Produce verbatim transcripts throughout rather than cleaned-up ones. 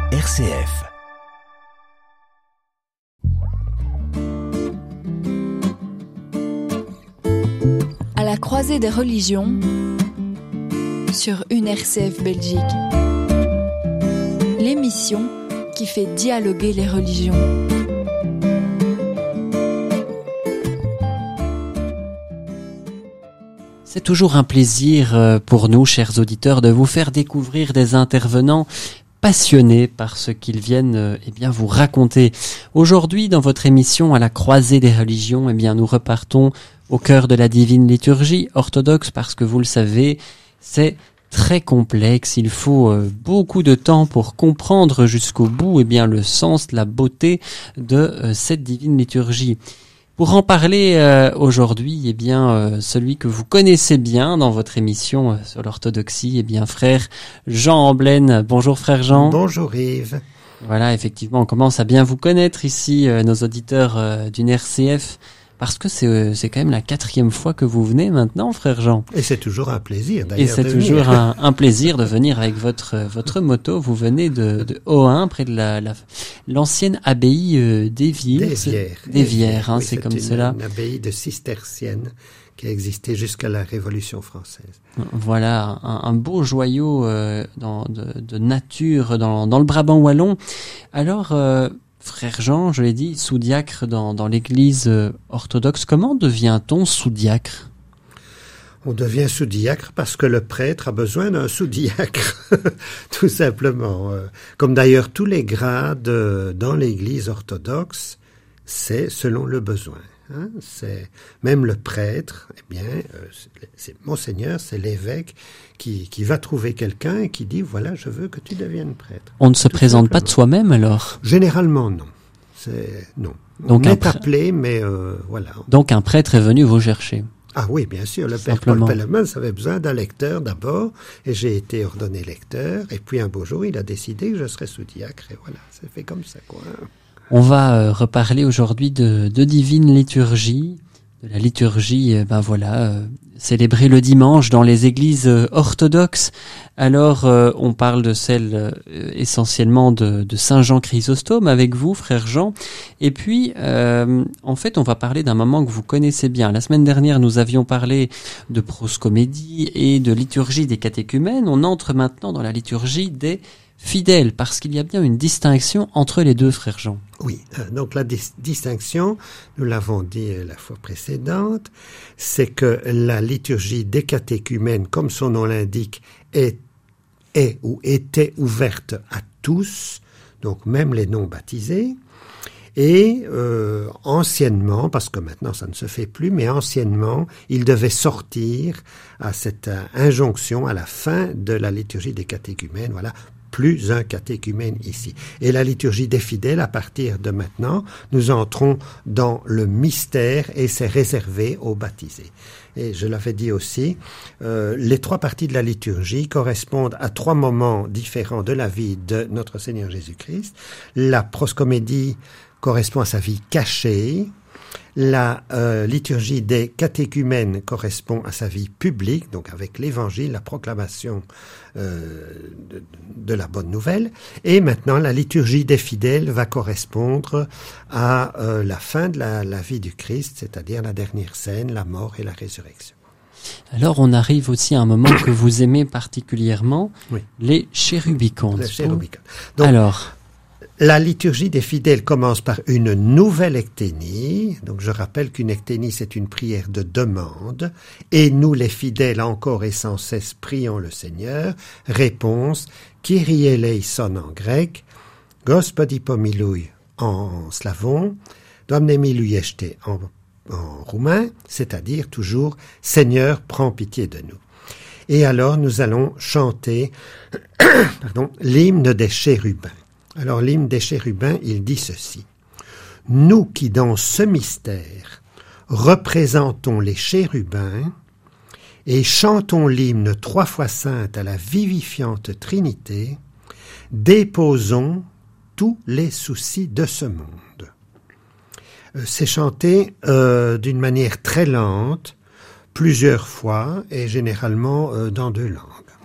R C F. À la croisée des religions sur une R C F Belgique. L'émission qui fait dialoguer les religions. C'est toujours un plaisir pour nous, chers auditeurs, de vous faire découvrir des intervenants passionnés par ce qu'ils viennent eh bien, vous raconter. Aujourd'hui, dans votre émission À la croisée des religions, eh bien, nous repartons au cœur de la divine liturgie orthodoxe parce que vous le savez, c'est très complexe. Il faut euh, beaucoup de temps pour comprendre jusqu'au bout eh bien, le sens, la beauté de euh, cette divine liturgie. Pour en parler euh, aujourd'hui, eh bien, euh, celui que vous connaissez bien dans votre émission euh, sur l'orthodoxie, eh bien, frère Jean Amblaine. Bonjour, frère Jean. Bonjour, Yves. Voilà, effectivement, on commence à bien vous connaître ici, euh, nos auditeurs euh, d'une R C F, parce que c'est, euh, c'est quand même la quatrième fois que vous venez maintenant, frère Jean. Et c'est toujours un plaisir, d'ailleurs. Et c'est de toujours venir. un, un plaisir de venir avec votre votre moto. Vous venez de, de Ohain, près de la, la l'ancienne abbaye euh, d'Évier. D'Évières. D'Évières, hein, oui, c'est, c'est comme une, cela. Une abbaye de cistercienne qui a existé jusqu'à la Révolution française. Voilà, un, un beau joyau euh, dans, de, de nature dans, dans le Brabant wallon. Alors, euh, frère Jean, je l'ai dit, sous-diacre dans, dans l'église euh, orthodoxe. Comment devient-on sous-diacre ? On devient sous-diacre parce que le prêtre a besoin d'un sous-diacre, tout simplement. Comme d'ailleurs tous les grades dans l'église orthodoxe, c'est selon le besoin. Hein, c'est même le prêtre, eh bien, euh, c'est, c'est Monseigneur, c'est l'évêque qui, qui va trouver quelqu'un et qui dit voilà, je veux que tu deviennes prêtre. On ne se Tout présente simplement. pas de soi-même alors ? Généralement non. C'est non. Donc on un est pr- appelé, mais euh, voilà. Donc un prêtre est venu vous chercher. Ah oui, bien sûr. Le père Simplement. Paul Pellemans avait besoin d'un lecteur d'abord, et j'ai été ordonné lecteur. Et puis un beau jour, il a décidé que je serais sous-diacre, et voilà, c'est fait comme ça, quoi. On va euh, reparler aujourd'hui de, de divine liturgie, de la liturgie, euh, ben voilà, euh, célébrée le dimanche dans les églises euh, orthodoxes. Alors, euh, on parle de celle euh, essentiellement de, de Saint Jean Chrysostome avec vous, frère Jean. Et puis, euh, en fait, on va parler d'un moment que vous connaissez bien. La semaine dernière, nous avions parlé de proscomédie et de liturgie des catéchumènes. On entre maintenant dans la liturgie des fidèles, parce qu'il y a bien une distinction entre les deux, frère Jean. Oui, euh, donc la dis- distinction, nous l'avons dit euh, la fois précédente, c'est que la liturgie des catéchumènes, comme son nom l'indique, est, est ou était ouverte à tous, donc même les non-baptisés. Et euh, anciennement, parce que maintenant ça ne se fait plus, mais anciennement, il devait sortir à cette euh, injonction à la fin de la liturgie des catéchumènes, voilà, plus un catéchumène ici. Et la liturgie des fidèles, à partir de maintenant, nous entrons dans le mystère et c'est réservé aux baptisés. Et je l'avais dit aussi, euh, les trois parties de la liturgie correspondent à trois moments différents de la vie de notre Seigneur Jésus-Christ. La proscomédie correspond à sa vie cachée. La euh, liturgie des catéchumènes correspond à sa vie publique, donc avec l'évangile, la proclamation euh, de, de la bonne nouvelle. Et maintenant, la liturgie des fidèles va correspondre à euh, la fin de la, la vie du Christ, c'est-à-dire la dernière scène, la mort et la résurrection. Alors, on arrive aussi à un moment que vous aimez particulièrement, Oui. les chérubicons. Le chérubicon. Donc, Alors, la liturgie des fidèles commence par une nouvelle ecténie. Donc, je rappelle qu'une ecténie, c'est une prière de demande. Et nous, les fidèles, encore et sans cesse, prions le Seigneur. Réponse, Kyrie eleison en grec, Gospodi pomilui en slavon, Doamne miluiește en, en roumain, c'est-à-dire toujours Seigneur, prends pitié de nous. Et alors, nous allons chanter pardon, l'hymne des chérubins. Alors l'hymne des chérubins, il dit ceci. Nous qui dans ce mystère représentons les chérubins et chantons l'hymne trois fois sainte à la vivifiante Trinité, déposons tous les soucis de ce monde. Euh, c'est chanté euh, d'une manière très lente, plusieurs fois et généralement euh, dans deux langues.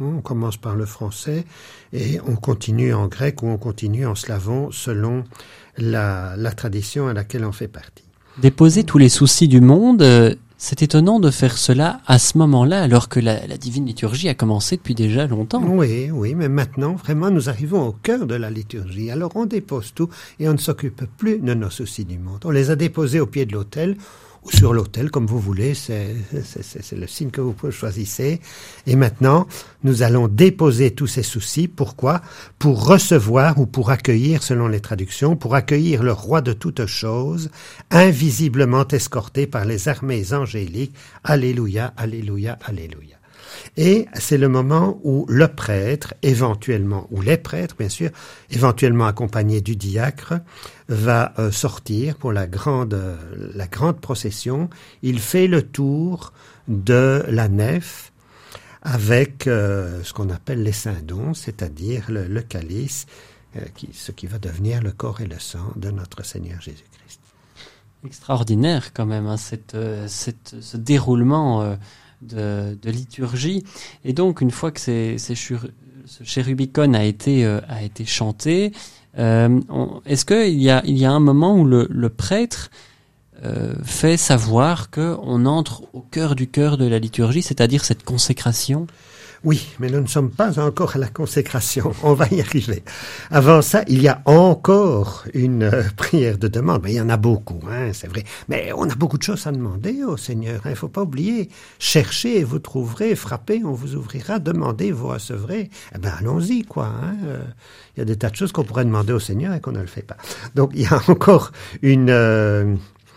On commence par le français et on continue en grec ou on continue en slavon selon la, la tradition à laquelle on fait partie. Déposer tous les soucis du monde, euh, c'est étonnant de faire cela à ce moment-là, alors que la, la divine liturgie a commencé depuis déjà longtemps. Oui, oui, mais maintenant, vraiment, nous arrivons au cœur de la liturgie. Alors on dépose tout et on ne s'occupe plus de nos soucis du monde. On les a déposés au pied de l'autel, ou sur l'autel, comme vous voulez, c'est, c'est, c'est, c'est le signe que vous choisissez. Et maintenant, nous allons déposer tous ces soucis. Pourquoi ? Pour recevoir ou pour accueillir, selon les traductions, pour accueillir le roi de toutes choses, invisiblement escorté par les armées angéliques. Alléluia, alléluia, alléluia. Et c'est le moment où le prêtre, éventuellement, ou les prêtres, bien sûr, éventuellement accompagné du diacre, va euh, sortir pour la grande, euh, la grande procession. Il fait le tour de la nef avec euh, ce qu'on appelle les saints dons, c'est-à-dire le, le calice, euh, qui, ce qui va devenir le corps et le sang de notre Seigneur Jésus-Christ. Extraordinaire quand même, hein, cette, euh, cette, ce déroulement euh, de, de liturgie. Et donc, une fois que ces, ces chur, ce chérubicon a été, euh, a été chanté, euh, on, est-ce qu'il y a, il y a un moment où le, le prêtre euh, fait savoir qu'on entre au cœur du cœur de la liturgie, c'est-à-dire cette consécration ? Oui, mais nous ne sommes pas encore à la consécration. On va y arriver. Avant ça, il y a encore une euh, prière de demande. Mais il y en a beaucoup, hein, c'est vrai. Mais on a beaucoup de choses à demander au Seigneur. Il hein, ne faut pas oublier. Cherchez et vous trouverez. Frappez, on vous ouvrira. Demandez, vous recevrez. Eh ben, allons-y, quoi. Hein. Euh, il y a des tas de choses qu'on pourrait demander au Seigneur et qu'on ne le fait pas. Donc, il y a encore une... Euh,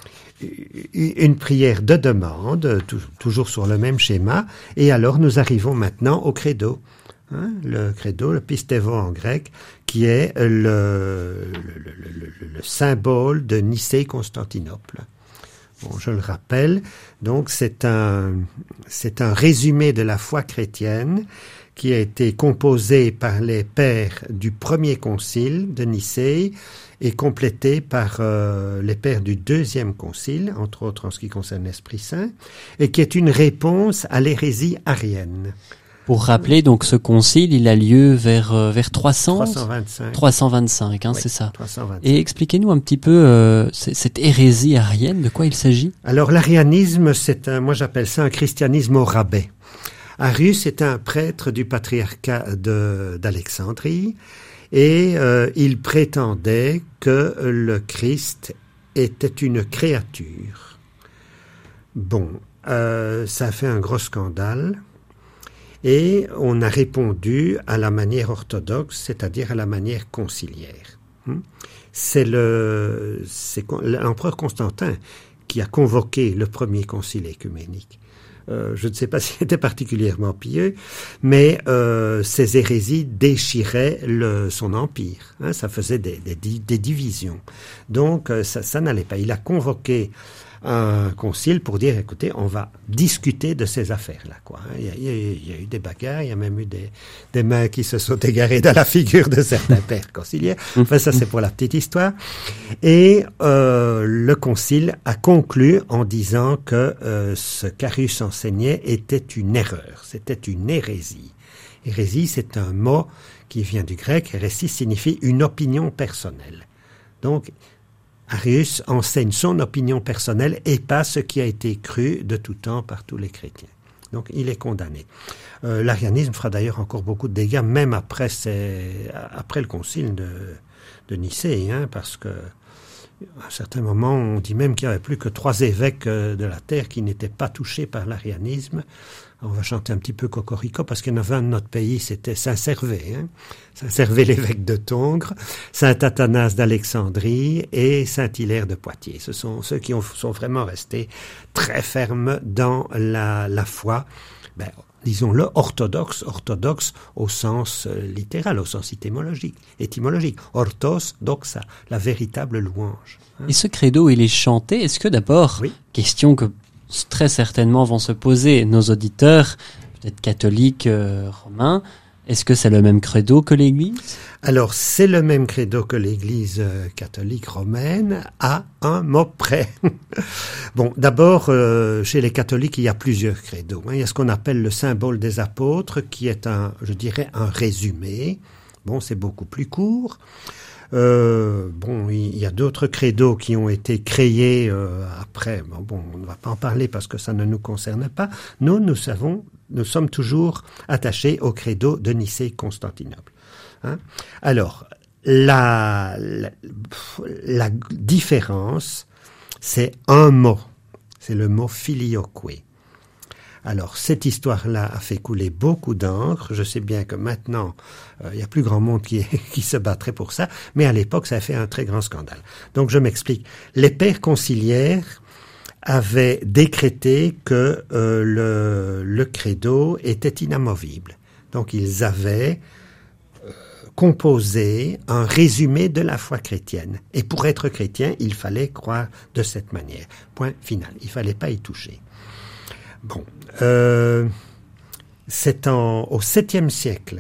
une prière de demande, toujours sur le même schéma, et alors nous arrivons maintenant au credo. Hein, le credo, le pistevo en grec, qui est le, le, le, le, le symbole de Nicée-Constantinople. Bon, je le rappelle, donc c'est un, c'est un résumé de la foi chrétienne qui a été composé par les pères du premier concile de Nicée et complété par euh, les pères du deuxième concile, entre autres en ce qui concerne l'Esprit Saint, et qui est une réponse à l'hérésie arienne. Pour rappeler, donc, ce concile, il a lieu vers, euh, vers trois cents trois cent vingt-cinq. trois cent vingt-cinq, hein, oui, c'est ça. trois cent vingt-cinq. Et expliquez-nous un petit peu euh, cette hérésie arienne, de quoi il s'agit ? Alors, l'arianisme, c'est un, moi j'appelle ça un christianisme au rabais. Arius est un prêtre du patriarcat de, d'Alexandrie et euh, il prétendait que le Christ était une créature. Bon, euh, ça a fait un gros scandale et on a répondu à la manière orthodoxe, c'est-à-dire à la manière conciliaire. C'est, le, c'est l'empereur Constantin qui a convoqué le premier concile œcuménique. Euh, je ne sais pas s'il était particulièrement pieux, mais euh, ces hérésies déchiraient le, son empire. Hein, ça faisait des, des, des divisions. Donc, euh, ça, ça n'allait pas. Il a convoqué un concile pour dire, écoutez, on va discuter de ces affaires-là, quoi. Il y a, il y a, il y a eu des bagarres, il y a même eu des, des mains qui se sont égarées dans la figure de certains pères conciliaires. Enfin, ça, c'est pour la petite histoire. Et euh, le concile a conclu en disant que euh, ce qu'Arius enseignait était une erreur, c'était une hérésie. Hérésie, c'est un mot qui vient du grec. Hérésie signifie une opinion personnelle. Donc, Arius enseigne son opinion personnelle et pas ce qui a été cru de tout temps par tous les chrétiens. Donc, il est condamné. Euh, l'arianisme fera d'ailleurs encore beaucoup de dégâts, même après, ces, après le concile de, de Nicée, hein, parce que à un certain moment, on dit même qu'il n'y avait plus que trois évêques de la terre qui n'étaient pas touchés par l'arianisme. On va chanter un petit peu Cocorico, parce qu'il y en avait un de notre pays, c'était Saint-Servais. Hein. Saint-Servais, l'évêque de Tongres, Saint-Athanas d'Alexandrie et Saint-Hilaire de Poitiers. Ce sont ceux qui ont, sont vraiment restés très fermes dans la, la foi, ben, disons-le, orthodoxe, orthodoxe au sens euh, littéral, au sens étymologique, étymologique. Orthos, doxa, la véritable louange. Hein. Et ce credo, il est chanté. Est-ce que d'abord, oui. question que très certainement vont se poser nos auditeurs, peut-être catholiques, euh, romains, Est-ce que c'est le même credo que l'Église? Alors, c'est le même credo que l'Église catholique romaine, à un mot près. Bon, d'abord, euh, chez les catholiques, il y a plusieurs credos. Hein. Il y a ce qu'on appelle le symbole des apôtres, qui est un, je dirais, un résumé. Bon, c'est beaucoup plus court. Euh, bon, il y a d'autres credos qui ont été créés euh, après. Bon, bon, on ne va pas en parler parce que ça ne nous concerne pas. Nous, nous savons, nous sommes toujours attachés au credo de Nicée-Constantinople. Hein? Alors, la, la, la différence, c'est un mot. C'est le mot filioque. Alors, cette histoire-là a fait couler beaucoup d'encre. Je sais bien que maintenant, euh, il y a plus grand monde qui, qui se battrait pour ça, mais à l'époque, ça a fait un très grand scandale. Donc, je m'explique. Les pères conciliaires avaient décrété que euh, le, le credo était inamovible. Donc, ils avaient euh, composé un résumé de la foi chrétienne. Et pour être chrétien, il fallait croire de cette manière. Point final. Il fallait pas y toucher. Bon, euh, c'est en, au septième siècle,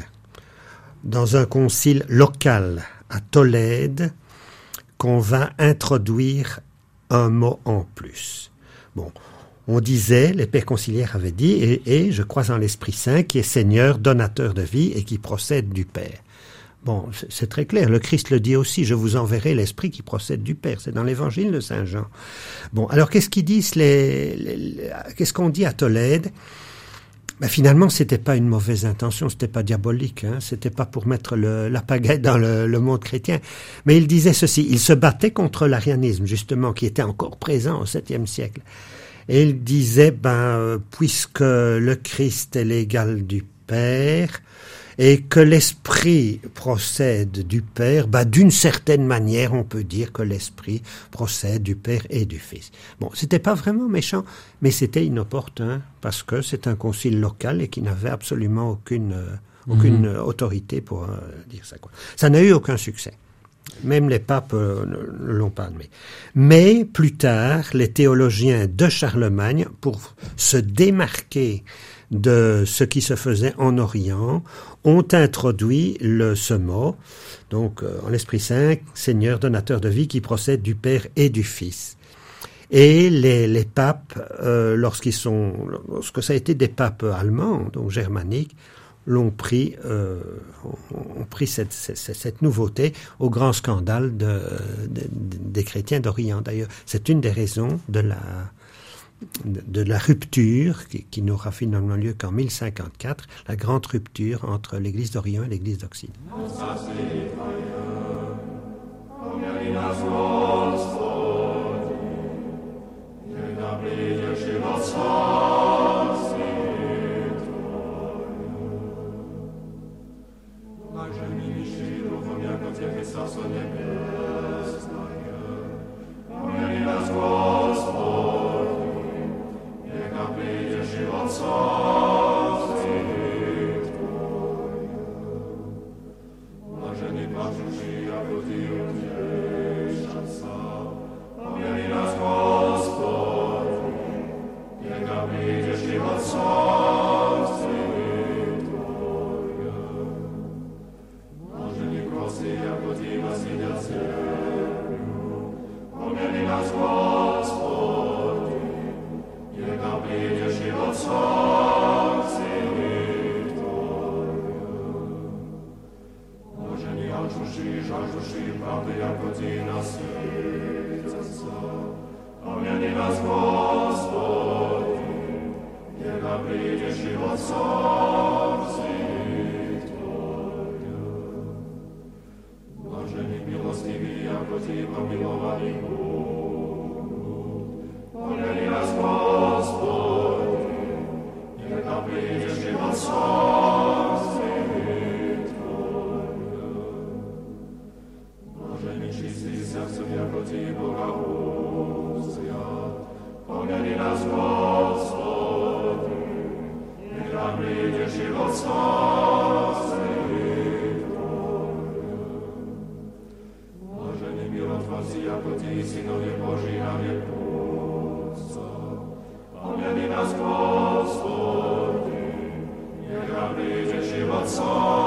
dans un concile local à Tolède, qu'on va introduire un mot en plus. Bon, on disait, les pères conciliaires avaient dit, et, et je crois en l'Esprit Saint, qui est Seigneur, donateur de vie et qui procède du Père. Bon, c'est très clair, le Christ le dit aussi, je vous enverrai l'Esprit qui procède du Père, c'est dans l'Évangile de Saint Jean. Bon, alors qu'est-ce qu'ils disent, les, les, les qu'est-ce qu'on dit à Tolède? Ben, finalement, c'était pas une mauvaise intention, c'était pas diabolique, hein, c'était pas pour mettre le, la pagaie dans le, le monde chrétien, mais ils disaient ceci, ils se battaient contre l'arianisme, justement, qui était encore présent au septième siècle. Et ils disaient, ben, puisque le Christ est l'égal du Père, et que l'Esprit procède du Père, bah, d'une certaine manière, on peut dire que l'Esprit procède du Père et du Fils. Bon, c'était pas vraiment méchant, mais c'était inopportun, parce que c'est un concile local et qui n'avait absolument aucune, euh, aucune mmh. autorité pour euh, dire ça, quoi. Ça n'a eu aucun succès. Même les papes euh, ne l'ont pas admis. Mais plus tard, les théologiens de Charlemagne, pour se démarquer de ce qui se faisait en Orient, ont introduit le, ce mot, donc euh, en l'Esprit Saint, Seigneur, donateur de vie, qui procède du Père et du Fils. Et les, les papes, euh, lorsqu'ils sont, lorsque ça a été des papes allemands, donc germaniques, l'ont pris, euh, ont, ont pris cette, cette, cette nouveauté au grand scandale de, de, de, des chrétiens d'Orient. D'ailleurs, c'est une des raisons de la de la rupture qui, qui n'aura finalement lieu qu'en mille cinquante-quatre, la grande rupture entre l'Église d'Orient et l'Église d'Occident. Song.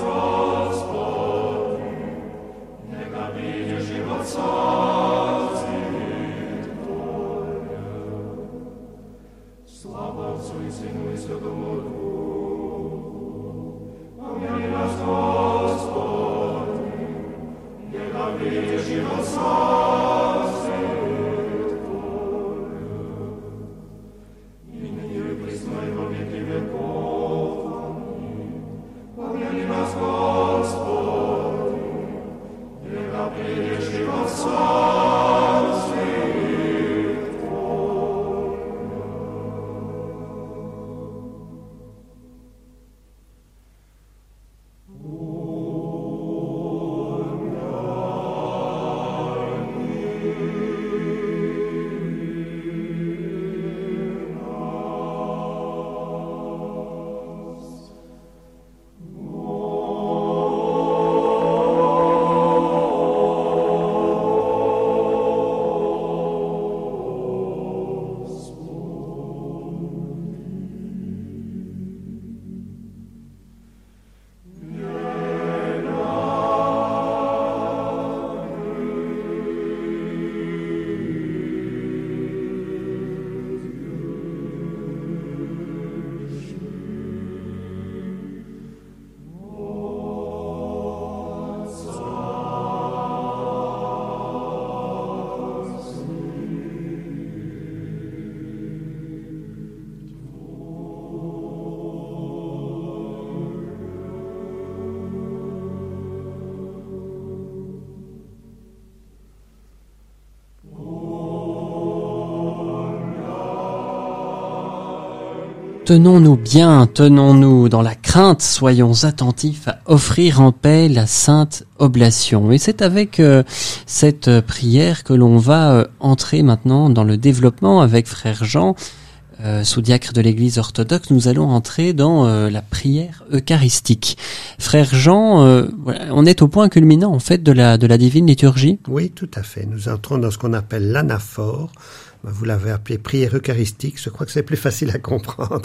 Tenons-nous bien, tenons-nous dans la crainte, soyons attentifs à offrir en paix la sainte oblation. Et c'est avec euh, cette prière que l'on va euh, entrer maintenant dans le développement avec Frère Jean, euh, sous-diacre de l'Église orthodoxe. Nous allons entrer dans euh, la prière eucharistique. Frère Jean, euh, voilà, on est au point culminant en fait de la de la divine liturgie. Oui, tout à fait. Nous entrons dans ce qu'on appelle l'anaphore. Vous l'avez appelé prière eucharistique, je crois que c'est plus facile à comprendre.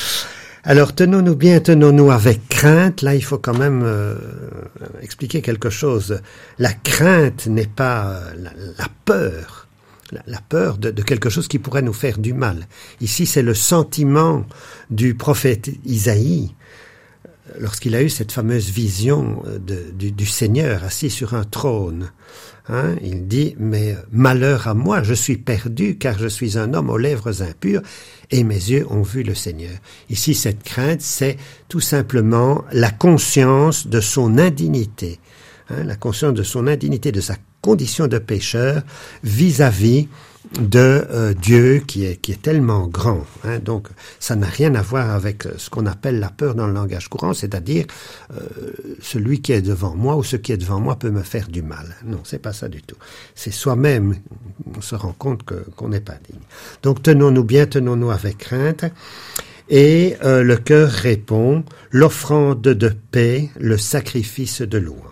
Alors, tenons-nous bien, tenons-nous avec crainte. Là, il faut quand même euh, expliquer quelque chose. La crainte n'est pas euh, la, la peur, la, la peur de, de quelque chose qui pourrait nous faire du mal. Ici, c'est le sentiment du prophète Isaïe, lorsqu'il a eu cette fameuse vision de, du, du Seigneur assis sur un trône. Hein, il dit, mais malheur à moi, je suis perdu, car je suis un homme aux lèvres impures, et mes yeux ont vu le Seigneur. Ici, cette crainte, c'est tout simplement la conscience de son indignité, hein, la conscience de son indignité, de sa condition de pécheur vis-à-vis de euh, Dieu qui est, qui est tellement grand. Hein, donc, ça n'a rien à voir avec ce qu'on appelle la peur dans le langage courant, c'est-à-dire euh, celui qui est devant moi ou ce qui est devant moi peut me faire du mal. Non, c'est pas ça du tout. C'est soi-même, on se rend compte que, qu'on n'est pas digne. Donc, tenons-nous bien, tenons-nous avec crainte. Et euh, le cœur répond, l'offrande de paix, le sacrifice de louange.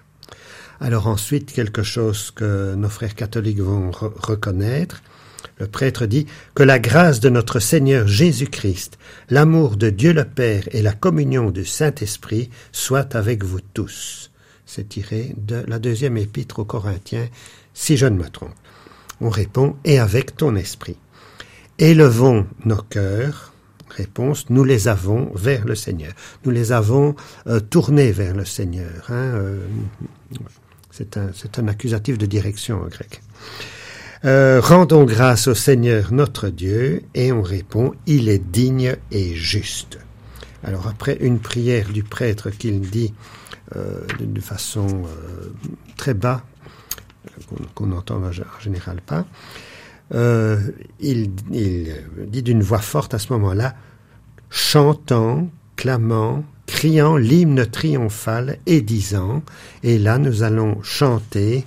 Alors ensuite, quelque chose que nos frères catholiques vont re- reconnaître, le prêtre dit que la grâce de notre Seigneur Jésus-Christ, l'amour de Dieu le Père et la communion du Saint-Esprit soient avec vous tous. C'est tiré de la deuxième épître aux Corinthiens, si je ne me trompe. On répond, et avec ton esprit. Élevons nos cœurs. Réponse, nous les avons vers le Seigneur. Nous les avons euh, tournés vers le Seigneur. Hein, euh, c'est, un, c'est un accusatif de direction en grec. Euh, rendons grâce au Seigneur notre Dieu, et on répond, il est digne et juste. Alors après une prière du prêtre qu'il dit euh, d'une façon euh, très bas, qu'on n'entend en général pas, Euh, il, il dit d'une voix forte à ce moment-là, chantant, clamant, criant l'hymne triomphal et disant, et là nous allons chanter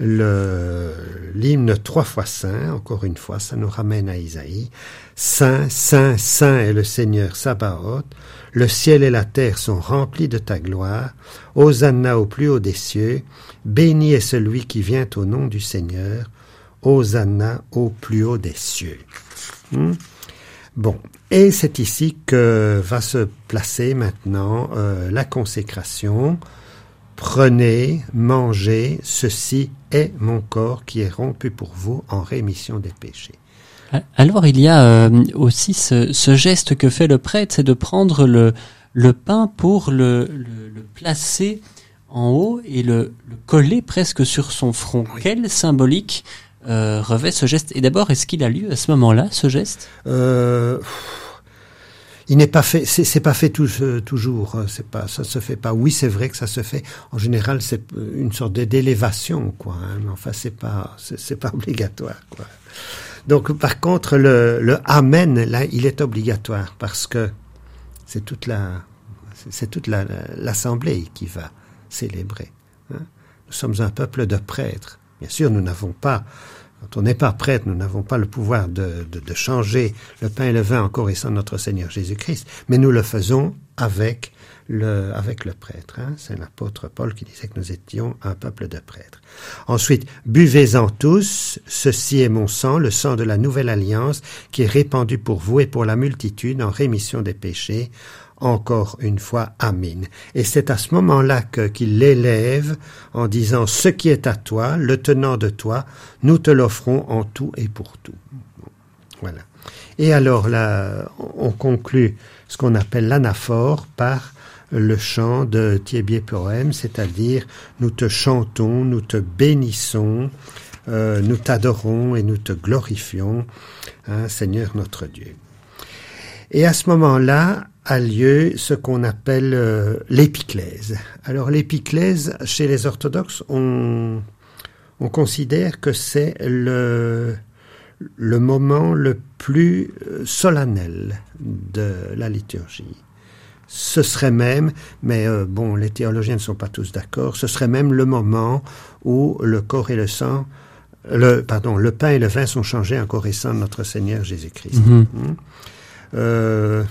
le, l'hymne trois fois saint, encore une fois, ça nous ramène à Isaïe. Saint, Saint, Saint est le Seigneur Sabaoth, le ciel et la terre sont remplis de ta gloire, Hosanna au plus haut des cieux, béni est celui qui vient au nom du Seigneur, Hosanna au plus haut des cieux. Hmm? Bon, et c'est ici que va se placer maintenant euh, la consécration. Prenez, mangez, ceci est mon corps qui est rompu pour vous en rémission des péchés. Alors il y a euh, aussi ce, ce geste que fait le prêtre, c'est de prendre le, le pain pour le, le, le placer en haut et le, le coller presque sur son front. Oui. Quelle symbolique euh, revêt ce geste? Et d'abord, est-ce qu'il a lieu à ce moment-là, ce geste? euh, Il n'est pas fait, c'est, c'est pas fait tout, euh, toujours. C'est pas, ça se fait pas. Oui, c'est vrai que ça se fait. En général, c'est une sorte d'élévation, quoi. Hein, mais enfin, c'est pas, c'est, c'est pas obligatoire, quoi. Donc, par contre, le, le Amen, là, il est obligatoire parce que c'est toute la, c'est toute la, l'assemblée qui va célébrer. Hein. Nous sommes un peuple de prêtres. Bien sûr, nous n'avons pas, quand on n'est pas prêtre, nous n'avons pas le pouvoir de, de, de changer le pain et le vin en corps et sang de notre Seigneur Jésus-Christ, mais nous le faisons avec le, avec le prêtre. Hein. C'est l'apôtre Paul qui disait que nous étions un peuple de prêtres. Ensuite, buvez-en tous, ceci est mon sang, le sang de la nouvelle alliance, qui est répandu pour vous et pour la multitude en rémission des péchés. Encore une fois, Amen. Et c'est à ce moment-là que, qu'il l'élève en disant, ce qui est à toi, le tenant de toi, nous te l'offrons en tout et pour tout. Voilà. Et alors là, on conclut ce qu'on appelle l'anaphore par le chant de Thiébier Poème, c'est-à-dire nous te chantons, nous te bénissons, euh, nous t'adorons et nous te glorifions, hein, Seigneur notre Dieu. Et à ce moment-là a lieu ce qu'on appelle euh, l'épiclèse. Alors l'épiclèse, chez les orthodoxes, on, on considère que c'est le, le moment le plus solennel de la liturgie. Ce serait même, mais euh, bon, les théologiens ne sont pas tous d'accord, ce serait même le moment où le corps et le sang, le, pardon, le pain et le vin sont changés en corps et sang de notre Seigneur Jésus-Christ. Mm-hmm. Mmh. Euh,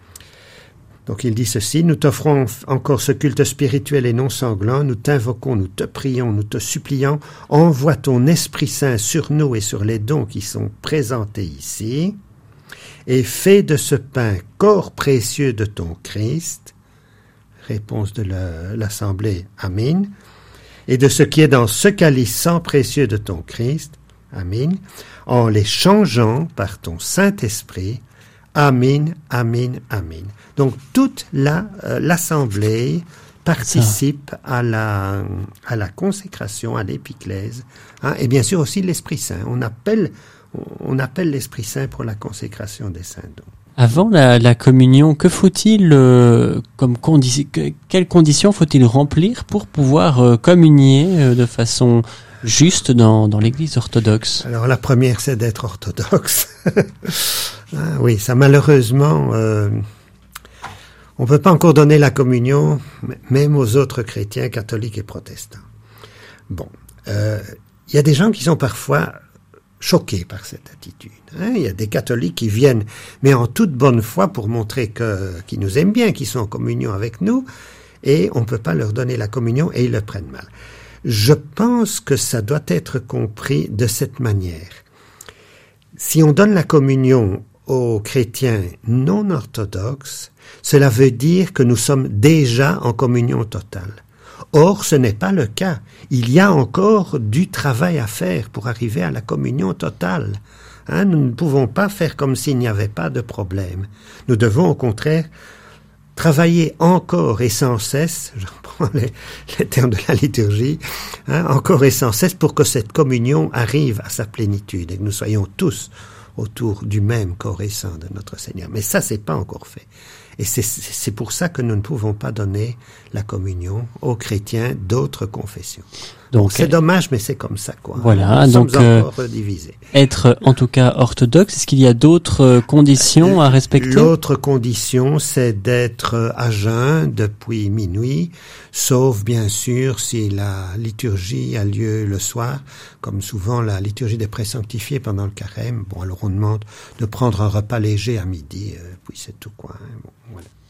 donc il dit ceci, nous t'offrons encore ce culte spirituel et non sanglant, nous t'invoquons, nous te prions, nous te supplions, envoie ton Esprit Saint sur nous et sur les dons qui sont présentés ici, et fais de ce pain corps précieux de ton Christ, réponse de la, l'Assemblée, Amen, et de ce qui est dans ce calice sang précieux de ton Christ, Amen, en les changeant par ton Saint-Esprit, Amen, Amen, Amen. Donc toute la, euh, l'Assemblée participe à la, à la consécration, à l'épiclèse, hein, et bien sûr aussi l'Esprit Saint. On appelle On appelle l'Esprit Saint pour la consécration des saints dons. Avant la, la communion, que faut-il, euh, comme condi- que, quelles conditions faut-il remplir pour pouvoir euh, communier euh, de façon juste dans, dans l'Église orthodoxe? Alors la première, c'est d'être orthodoxe. Ah, oui, ça malheureusement, euh, on ne peut pas encore donner la communion, même aux autres chrétiens catholiques et protestants. Bon, euh, il y a des gens qui sont parfois choqués par cette attitude. Hein. Il y a des catholiques qui viennent, mais en toute bonne foi, pour montrer que, qu'ils nous aiment bien, qu'ils sont en communion avec nous, et on ne peut pas leur donner la communion et ils le prennent mal. Je pense que ça doit être compris de cette manière. Si on donne la communion aux chrétiens non orthodoxes, cela veut dire que nous sommes déjà en communion totale. Or, ce n'est pas le cas. Il y a encore du travail à faire pour arriver à la communion totale. Hein, nous ne pouvons pas faire comme s'il n'y avait pas de problème. Nous devons au contraire travailler encore et sans cesse, je reprends les, les termes de la liturgie, hein, encore et sans cesse pour que cette communion arrive à sa plénitude et que nous soyons tous autour du même corps et sang de notre Seigneur. Mais ça, c'est pas encore fait. Et c'est, c'est pour ça que nous ne pouvons pas donner la communion aux chrétiens d'autres confessions. Donc, c'est dommage, mais c'est comme ça, quoi. Voilà, nous donc sommes encore euh, divisés. Être en tout cas orthodoxe, est-ce qu'il y a d'autres conditions à respecter? L'autre condition, c'est d'être à jeun depuis minuit, sauf bien sûr si la liturgie a lieu le soir, comme souvent la liturgie des présanctifiés pendant le carême. Bon, alors on demande de prendre un repas léger à midi, euh, puis c'est tout, quoi. Hein. Bon, voilà.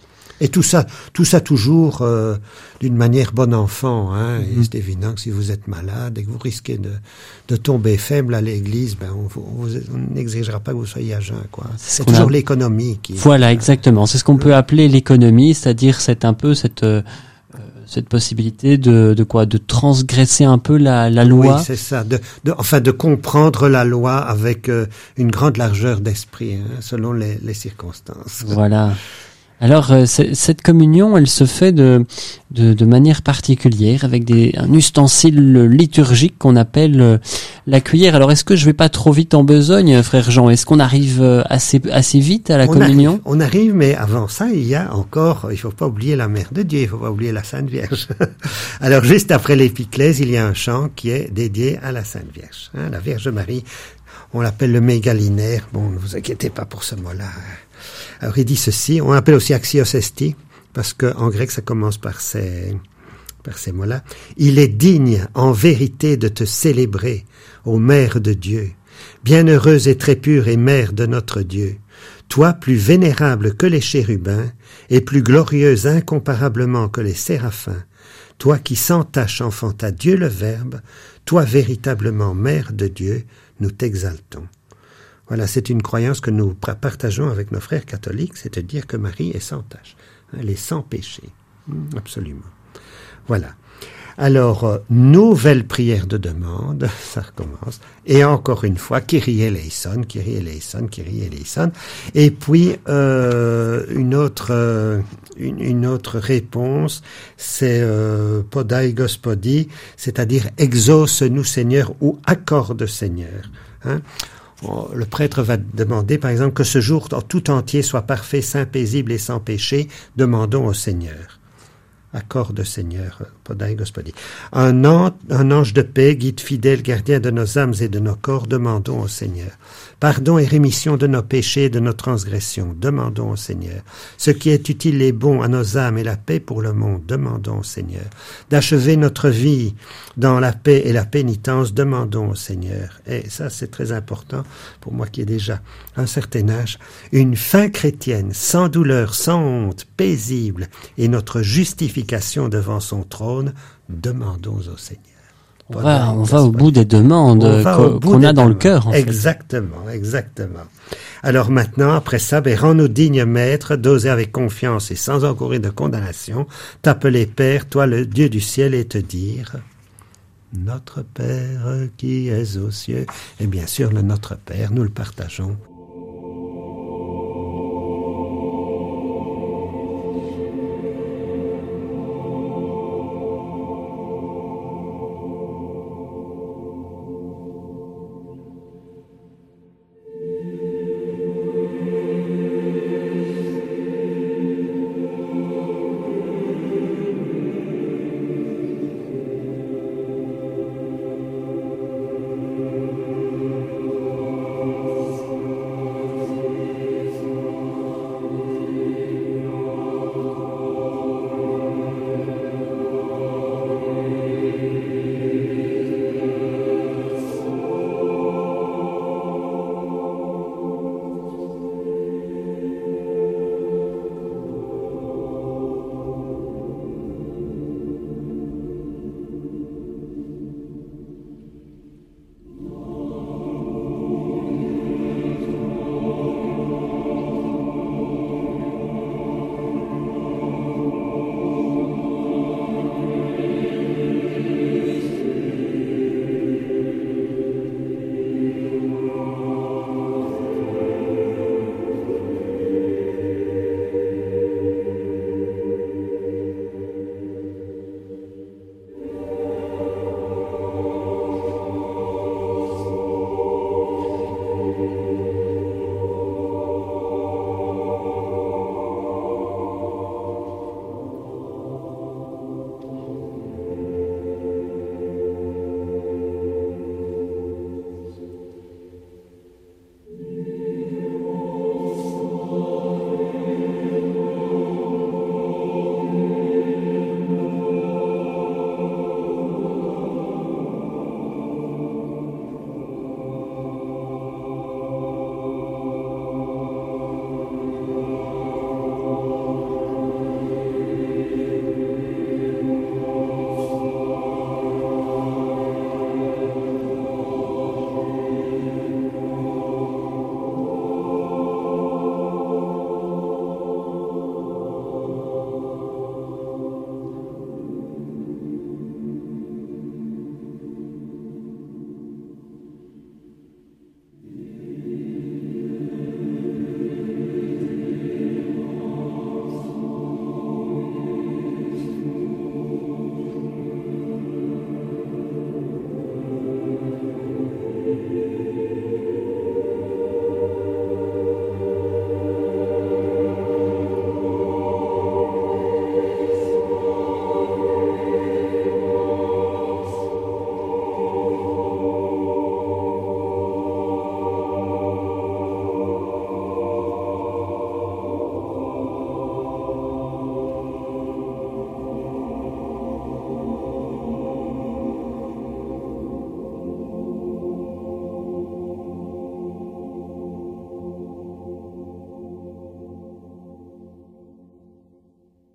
Et tout ça, tout ça toujours euh, d'une manière bon enfant. Hein. Mm-hmm. Et c'est évident que si vous êtes malade et que vous risquez de, de tomber faible à l'église, ben on, on, on n'exigera pas que vous soyez à jeun. Quoi. C'est, c'est toujours a... l'économie qui... Voilà, exactement. C'est ce qu'on peut appeler l'économie, c'est-à-dire c'est un peu cette... Euh, cette possibilité de, de quoi, de transgresser un peu la, la loi. Oui, c'est ça. De, de, enfin, de comprendre la loi avec euh, une grande largeur d'esprit, hein, selon les, les circonstances. Voilà. Alors, euh, cette communion, elle se fait de, de, de manière particulière, avec des, un ustensile liturgique qu'on appelle euh, la cuillère. Alors, est-ce que je vais pas trop vite en besogne, frère Jean? Est-ce qu'on arrive assez, assez vite à la on communion? arrive, on arrive, mais avant ça, il y a encore, il faut pas oublier la Mère de Dieu, il faut pas oublier la Sainte Vierge. Alors, juste après l'épiclèse, il y a un chant qui est dédié à la Sainte Vierge, hein, la Vierge Marie. On l'appelle le mégalinaire. Bon, ne vous inquiétez pas pour ce mot-là. Alors, il dit ceci. On l'appelle aussi axios esti, parce que en grec, ça commence par ces, par ces mots-là. Il est digne, en vérité, de te célébrer, ô Mère de Dieu, bienheureuse et très pure et Mère de notre Dieu. Toi, plus vénérable que les chérubins, et plus glorieuse incomparablement que les séraphins, toi qui sans tache enfanta Dieu le Verbe, toi véritablement Mère de Dieu, nous t'exaltons. Voilà, c'est une croyance que nous partageons avec nos frères catholiques, c'est de dire que Marie est sans tache, elle est sans péché, absolument. Voilà. Alors, euh, nouvelle prière de demande, ça recommence, et encore une fois, Kyrie eleison, Kyrie eleison, Kyrie eleison, et puis euh, une autre euh, une, une autre réponse, c'est euh, Podai Gospodi, c'est-à-dire exauce-nous Seigneur ou accorde Seigneur. Hein. Le prêtre va demander, par exemple, que ce jour tout entier soit parfait, saint, paisible et sans péché. Demandons au Seigneur. Accorde Seigneur, Podai Gospodi. Un, an, un ange de paix, guide fidèle, gardien de nos âmes et de nos corps, demandons au Seigneur. Pardon et rémission de nos péchés et de nos transgressions, demandons au Seigneur. Ce qui est utile et bon à nos âmes et la paix pour le monde, demandons au Seigneur. D'achever notre vie dans la paix et la pénitence, demandons au Seigneur. Et ça, c'est très important pour moi qui ai déjà un certain âge. Une fin chrétienne, sans douleur, sans honte, paisible, et notre justification devant son trône, demandons au Seigneur. On va, on va au bout des demandes qu'on, qu'on a dans demandes. Le cœur. En exactement, fait. exactement. Alors maintenant, après ça, ben, rends-nous dignes, Maître, d'oser avec confiance et sans encourir de condamnation, t'appeler Père, toi le Dieu du ciel, et te dire « Notre Père qui es aux cieux ». Et bien sûr, le Notre Père, nous le partageons.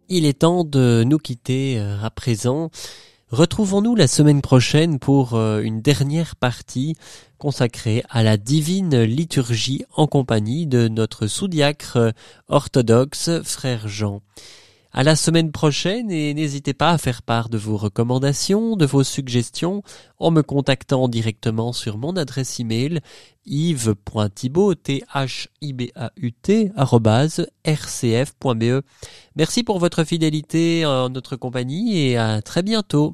Il est temps de nous quitter à présent. Retrouvons-nous la semaine prochaine pour une dernière partie consacrée à la divine liturgie en compagnie de notre sous-diacre orthodoxe, frère Jean. À la semaine prochaine et n'hésitez pas à faire part de vos recommandations, de vos suggestions en me contactant directement sur mon adresse email yves point thibaut, T H I B A U T, arobase r c f point b e. Merci pour votre fidélité en notre compagnie et à très bientôt.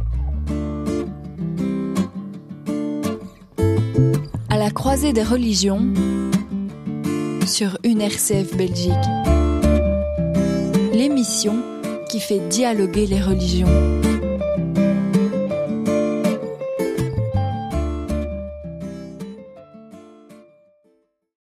À la croisée des religions sur une R C F Belgique. L'émission qui fait dialoguer les religions.